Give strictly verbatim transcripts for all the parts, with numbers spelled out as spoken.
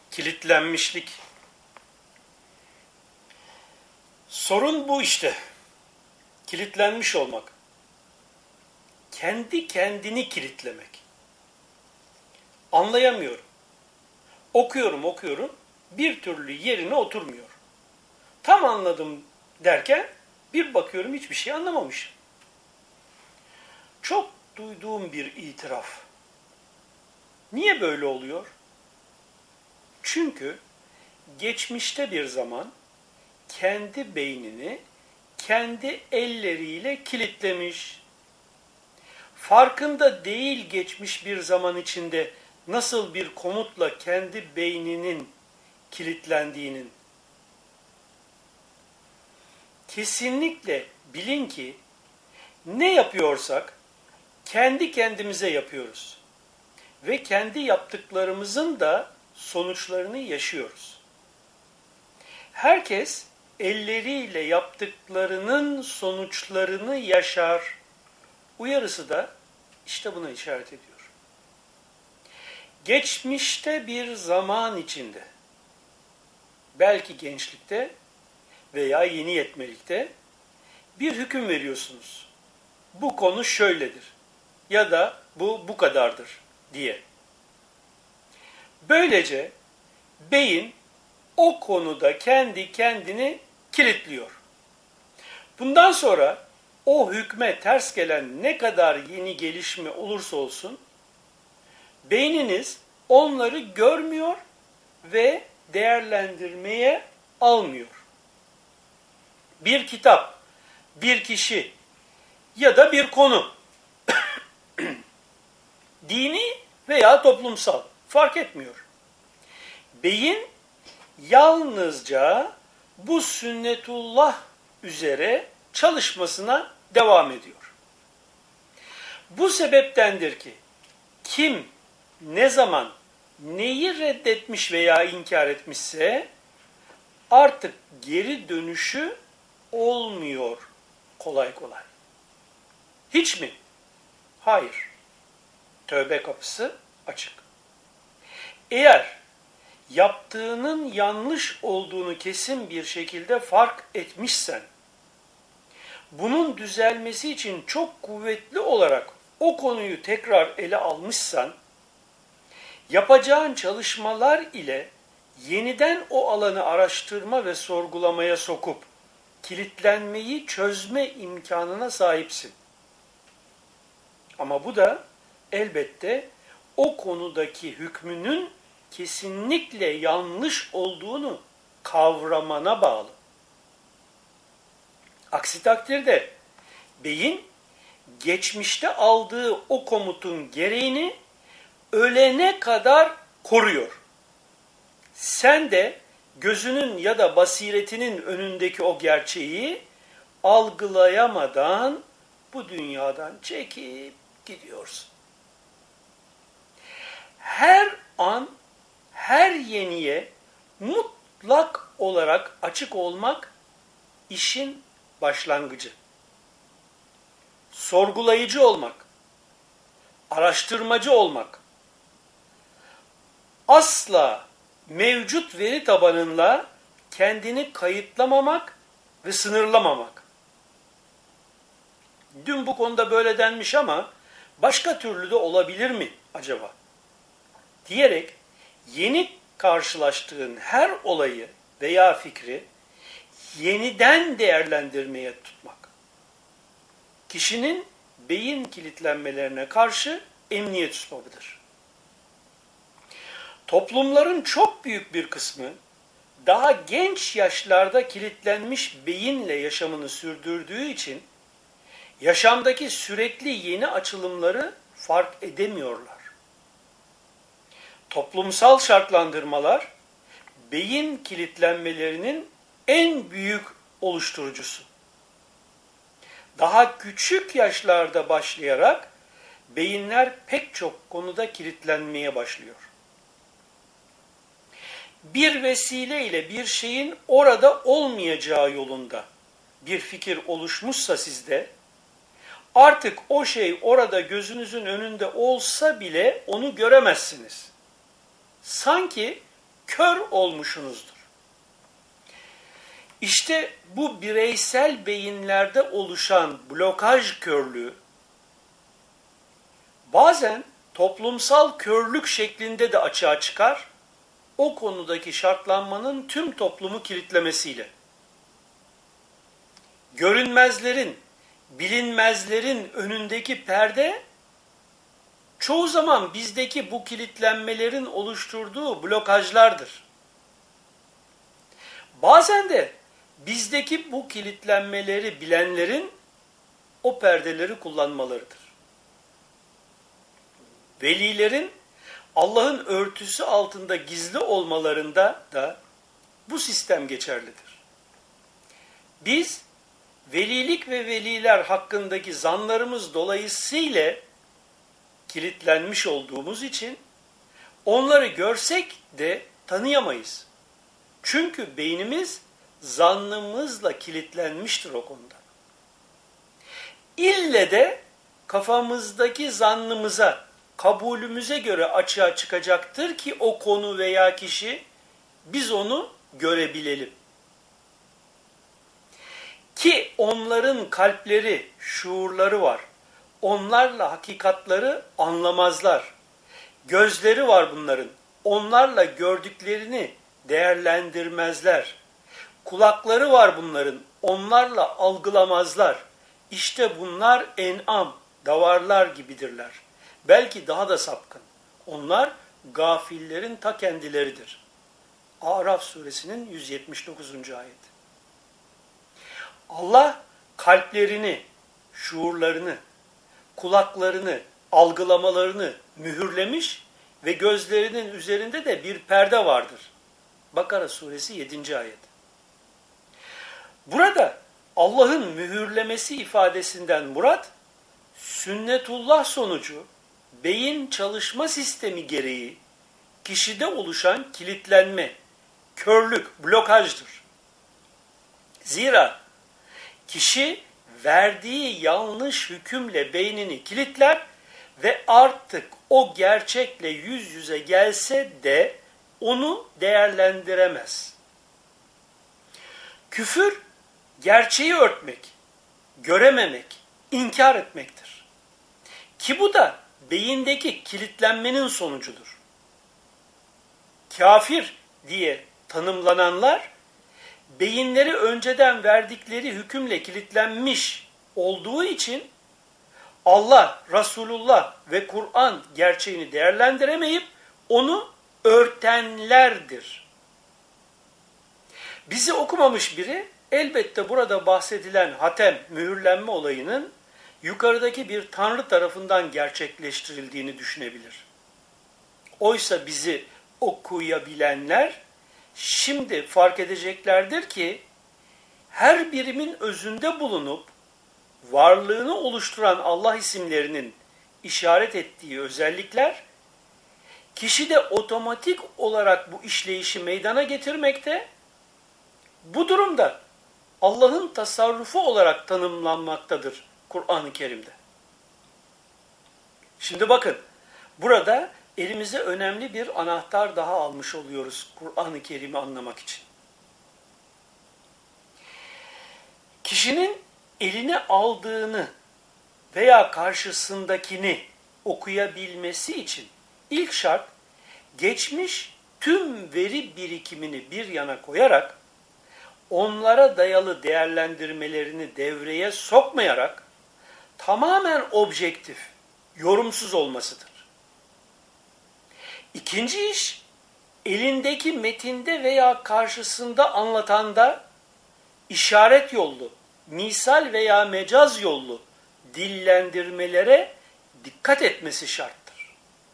Kilitlenmişlik. Sorun bu işte. Kilitlenmiş olmak. Kendi kendini kilitlemek. Anlayamıyorum. Okuyorum okuyorum. Bir türlü yerine oturmuyor. Tam anladım derken bir bakıyorum hiçbir şey anlamamışım. Çok duyduğum bir itiraf. Niye böyle oluyor? Çünkü geçmişte bir zaman kendi beynini kendi elleriyle kilitlemiş. Farkında değil geçmiş bir zaman içinde nasıl bir komutla kendi beyninin kilitlendiğinin. Kesinlikle bilin ki ne yapıyorsak kendi kendimize yapıyoruz. Ve kendi yaptıklarımızın da sonuçlarını yaşıyoruz. Herkes elleriyle yaptıklarının sonuçlarını yaşar. Uyarısı da işte buna işaret ediyor. Geçmişte bir zaman içinde, belki gençlikte veya yeni yetmelikte bir hüküm veriyorsunuz. Bu konu şöyledir ya da bu bu kadardır diye. Böylece beyin o konuda kendi kendini kilitliyor. Bundan sonra o hükme ters gelen ne kadar yeni gelişme olursa olsun, beyniniz onları görmüyor ve değerlendirmeye almıyor. Bir kitap, bir kişi ya da bir konu, dini veya toplumsal, fark etmiyor. Beyin yalnızca bu sünnetullah üzere çalışmasına devam ediyor. Bu sebeptendir ki kim ne zaman neyi reddetmiş veya inkar etmişse artık geri dönüşü olmuyor kolay kolay. Hiç mi? Hayır. Tövbe kapısı açık. Eğer yaptığının yanlış olduğunu kesin bir şekilde fark etmişsen, bunun düzelmesi için çok kuvvetli olarak o konuyu tekrar ele almışsan, yapacağın çalışmalar ile yeniden o alanı araştırma ve sorgulamaya sokup kilitlenmeyi çözme imkanına sahipsin. Ama bu da elbette o konudaki hükmünün kesinlikle yanlış olduğunu kavramana bağlı. Aksi takdirde beyin geçmişte aldığı o komutun gereğini ölene kadar koruyor. Sen de gözünün ya da basiretinin önündeki o gerçeği algılayamadan bu dünyadan çekip gidiyorsun. Her an, her yeniye mutlak olarak açık olmak işin başlangıcı. Sorgulayıcı olmak, araştırmacı olmak, asla mevcut veri tabanınla kendini kayıtlamamak ve sınırlamamak. Dün bu konuda böyle denmiş ama başka türlü de olabilir mi acaba? Diyerek yeni karşılaştığın her olayı veya fikri yeniden değerlendirmeye tutmak. Kişinin beyin kilitlenmelerine karşı emniyet üslubıdır. Toplumların çok büyük bir kısmı daha genç yaşlarda kilitlenmiş beyinle yaşamını sürdürdüğü için yaşamdaki sürekli yeni açılımları fark edemiyorlar. Toplumsal şartlandırmalar beyin kilitlenmelerinin en büyük oluşturucusu. Daha küçük yaşlarda başlayarak beyinler pek çok konuda kilitlenmeye başlıyor. Bir vesileyle bir şeyin orada olmayacağı yolunda bir fikir oluşmuşsa sizde, artık o şey orada gözünüzün önünde olsa bile onu göremezsiniz. Sanki kör olmuşsunuzdur. İşte bu bireysel beyinlerde oluşan blokaj körlüğü bazen toplumsal körlük şeklinde de açığa çıkar, o konudaki şartlanmanın tüm toplumu kilitlemesiyle. Görünmezlerin, bilinmezlerin önündeki perde, çoğu zaman bizdeki bu kilitlenmelerin oluşturduğu blokajlardır. Bazen de bizdeki bu kilitlenmeleri bilenlerin o perdeleri kullanmalarıdır. Velilerin Allah'ın örtüsü altında gizli olmalarında da bu sistem geçerlidir. Biz velilik ve veliler hakkındaki zanlarımız dolayısıyla kilitlenmiş olduğumuz için onları görsek de tanıyamayız. Çünkü beynimiz zannımızla kilitlenmiştir o konuda. İlle de kafamızdaki zannımıza, kabulümüze göre açığa çıkacaktır ki o konu veya kişi, biz onu görebilelim. Ki onların kalpleri, şuurları var. Onlarla hakikatları anlamazlar. Gözleri var bunların. Onlarla gördüklerini değerlendirmezler. Kulakları var bunların. Onlarla algılamazlar. İşte bunlar en'am, davarlar gibidirler. Belki daha da sapkın. Onlar gafillerin ta kendileridir. Araf suresinin yüz yetmiş dokuzuncu ayeti. Allah kalplerini, şuurlarını, kulaklarını, algılamalarını mühürlemiş ve gözlerinin üzerinde de bir perde vardır. Bakara suresi yedinci ayet. Burada Allah'ın mühürlemesi ifadesinden murat, sünnetullah sonucu beyin çalışma sistemi gereği kişide oluşan kilitlenme, körlük, blokajdır. Zira kişi verdiği yanlış hükümle beynini kilitler ve artık o gerçekle yüz yüze gelse de onu değerlendiremez. Küfür, gerçeği örtmek, görememek, inkar etmektir. Ki bu da beyindeki kilitlenmenin sonucudur. Kafir diye tanımlananlar, beyinleri önceden verdikleri hükümle kilitlenmiş olduğu için Allah, Resulullah ve Kur'an gerçeğini değerlendiremeyip onu örtenlerdir. Bizi okumamış biri elbette burada bahsedilen hatem, mühürlenme olayının yukarıdaki bir tanrı tarafından gerçekleştirildiğini düşünebilir. Oysa bizi okuyabilenler şimdi fark edeceklerdir ki her birimin özünde bulunup varlığını oluşturan Allah isimlerinin işaret ettiği özellikler kişide otomatik olarak bu işleyişi meydana getirmekte, bu durumda Allah'ın tasarrufu olarak tanımlanmaktadır Kur'an-ı Kerim'de. Şimdi bakın, burada elimize önemli bir anahtar daha almış oluyoruz Kur'an-ı Kerim'i anlamak için. Kişinin eline aldığını veya karşısındakini okuyabilmesi için ilk şart, geçmiş tüm veri birikimini bir yana koyarak, onlara dayalı değerlendirmelerini devreye sokmayarak, tamamen objektif, yorumsuz olmasıdır. İkinci iş, elindeki metinde veya karşısında anlatanda işaret yollu, misal veya mecaz yollu dillendirmelere dikkat etmesi şarttır.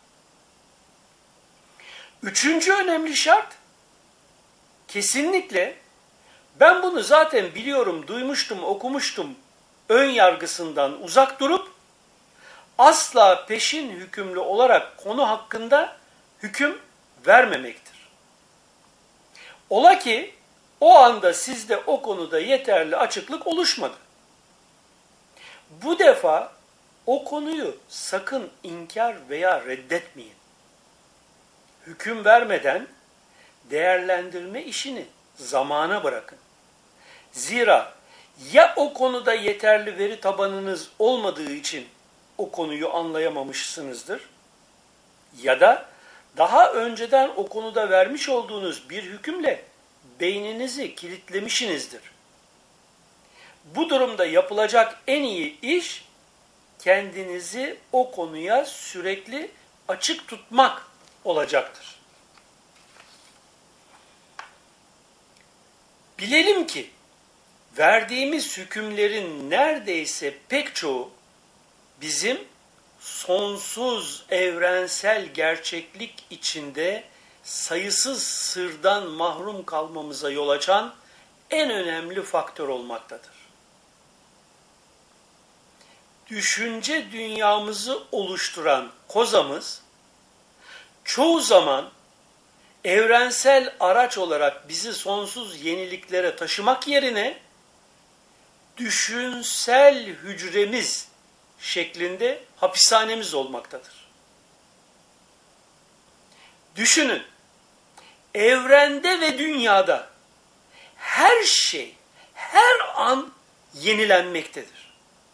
Üçüncü önemli şart, kesinlikle ben bunu zaten biliyorum, duymuştum, okumuştum ön yargısından uzak durup asla peşin hükümlü olarak konu hakkında hüküm vermemektir. Ola ki o anda sizde o konuda yeterli açıklık oluşmadı. Bu defa o konuyu sakın inkar veya reddetmeyin. Hüküm vermeden değerlendirme işini zamana bırakın. Zira ya o konuda yeterli veri tabanınız olmadığı için o konuyu anlayamamışsınızdır ya da daha önceden o konuda vermiş olduğunuz bir hükümle beyninizi kilitlemişsinizdir. Bu durumda yapılacak en iyi iş kendinizi o konuya sürekli açık tutmak olacaktır. Bilelim ki verdiğimiz hükümlerin neredeyse pek çoğu bizim sonsuz evrensel gerçeklik içinde sayısız sırdan mahrum kalmamıza yol açan en önemli faktör olmaktadır. Düşünce dünyamızı oluşturan kozamız çoğu zaman evrensel araç olarak bizi sonsuz yeniliklere taşımak yerine düşünsel hücremiz şeklinde hapishanemiz olmaktadır. Düşünün, evrende ve dünyada her şey, her an yenilenmektedir.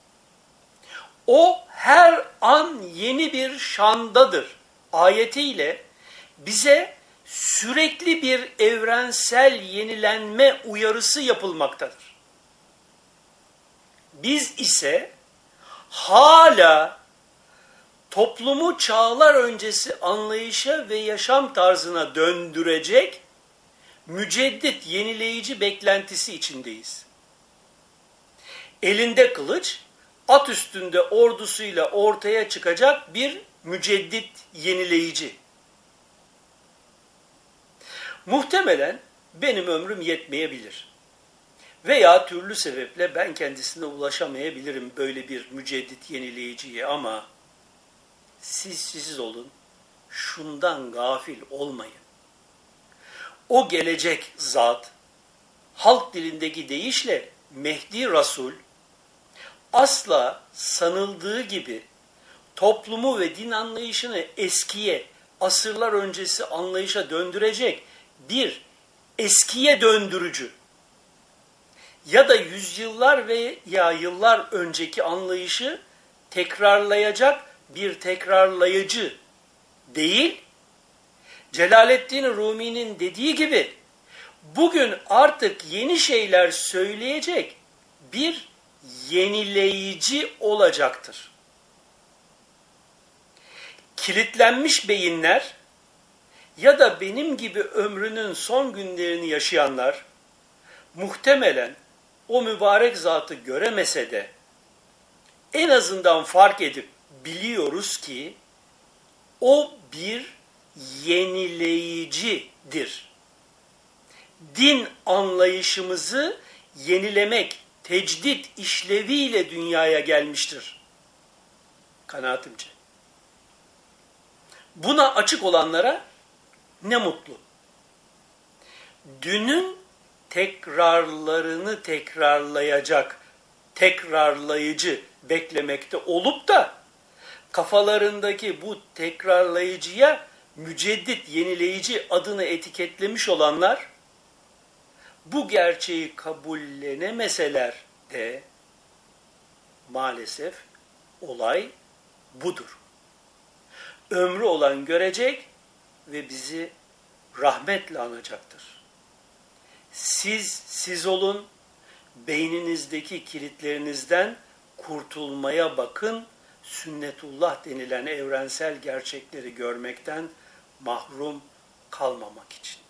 O her an yeni bir şandadır ayetiyle bize sürekli bir evrensel yenilenme uyarısı yapılmaktadır. Biz ise hala toplumu çağlar öncesi anlayışa ve yaşam tarzına döndürecek müceddit, yenileyici beklentisi içindeyiz. Elinde kılıç, at üstünde ordusuyla ortaya çıkacak bir müceddit, yenileyici. Muhtemelen benim ömrüm yetmeyebilir. Veya türlü sebeple ben kendisine ulaşamayabilirim böyle bir müceddit yenileyiciye ama siz siz olun, şundan gafil olmayın. O gelecek zat, halk dilindeki deyişle Mehdi Rasul, asla sanıldığı gibi toplumu ve din anlayışını eskiye, asırlar öncesi anlayışa döndürecek bir eskiye döndürücü ya da yüzyıllar veya yıllar önceki anlayışı tekrarlayacak bir tekrarlayıcı değil, Celaleddin Rumi'nin dediği gibi bugün artık yeni şeyler söyleyecek bir yenileyici olacaktır. Kilitlenmiş beyinler ya da benim gibi ömrünün son günlerini yaşayanlar muhtemelen o mübarek zatı göremese de en azından fark edip biliyoruz ki o bir yenileyicidir. Din anlayışımızı yenilemek, tecdit işleviyle dünyaya gelmiştir. Kanaatimce. Buna açık olanlara ne mutlu. Dünün tekrarlarını tekrarlayacak, tekrarlayıcı beklemekte olup da kafalarındaki bu tekrarlayıcıya müceddit, yenileyici adını etiketlemiş olanlar bu gerçeği kabullenemeseler de maalesef olay budur. Ömrü olan görecek ve bizi rahmetle anacaktır. Siz, siz olun, beyninizdeki kilitlerinizden kurtulmaya bakın, sünnetullah denilen evrensel gerçekleri görmekten mahrum kalmamak için.